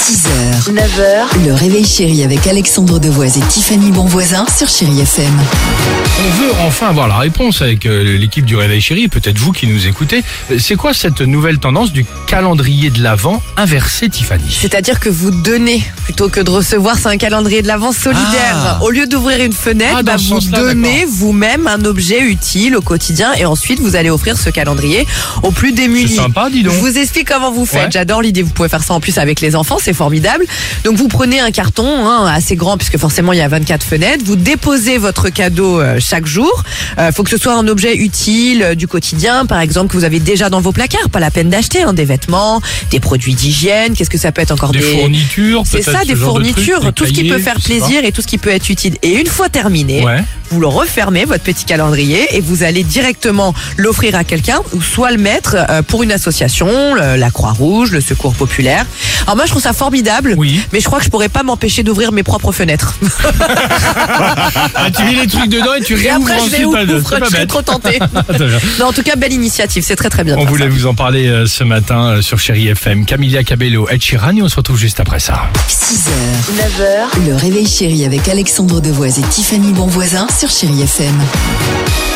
6h, 9h, le réveil chéri avec Alexandre Devoise et Tiffany Bonvoisin sur Chéri FM. On veut enfin avoir la réponse avec l'équipe du Réveil Chéri, peut-être vous qui nous écoutez. C'est quoi cette nouvelle tendance du calendrier de l'Avent inversé, Tiffany? C'est-à-dire que vous donnez plutôt que de recevoir, c'est un calendrier de l'Avent solidaire. Au lieu d'ouvrir une fenêtre, vous donnez vous-même un objet utile au quotidien et ensuite vous allez offrir ce calendrier aux plus démunis. C'est sympa, dis donc. Je vous explique comment vous faites. Ouais. J'adore l'idée. Vous pouvez faire ça en plus avec les enfants, c'est formidable. Donc vous prenez un carton assez grand puisque forcément il y a 24 fenêtres. Vous déposez votre cadeau chaque jour. Faut que ce soit un objet utile du quotidien, par exemple que vous avez déjà dans vos placards. Pas la peine d'acheter des vêtements, des produits d'hygiène. Qu'est-ce que ça peut être encore? Des fournitures, c'est peut-être, ça, des ce genre de fournitures, trucs, tout ce qui cahiers, peut faire je sais plaisir et tout ce qui peut être utile. Et une fois terminé, Ouais. vous le refermez, votre petit calendrier, et vous allez directement l'offrir à quelqu'un ou soit le mettre pour une association, la Croix-Rouge, le Secours Populaire. Alors moi, je trouve ça formidable, Oui. mais je crois que je pourrais pas m'empêcher d'ouvrir mes propres fenêtres. Tu mets les trucs dedans et tu Et réouvres après, je vais ensuite. ouvrir, C'est pas je suis bête. trop tentée. Non, en tout cas, belle initiative, c'est très très bien. de On faire voulait ça. vous en parler ce matin sur Chéri FM. Camilla Cabello, Ed Sheeran, et on se retrouve juste après ça. 6h, 9h, le réveil chéri avec Alexandre Devoise et Tiffany Bonvoisin sur Chéri FM.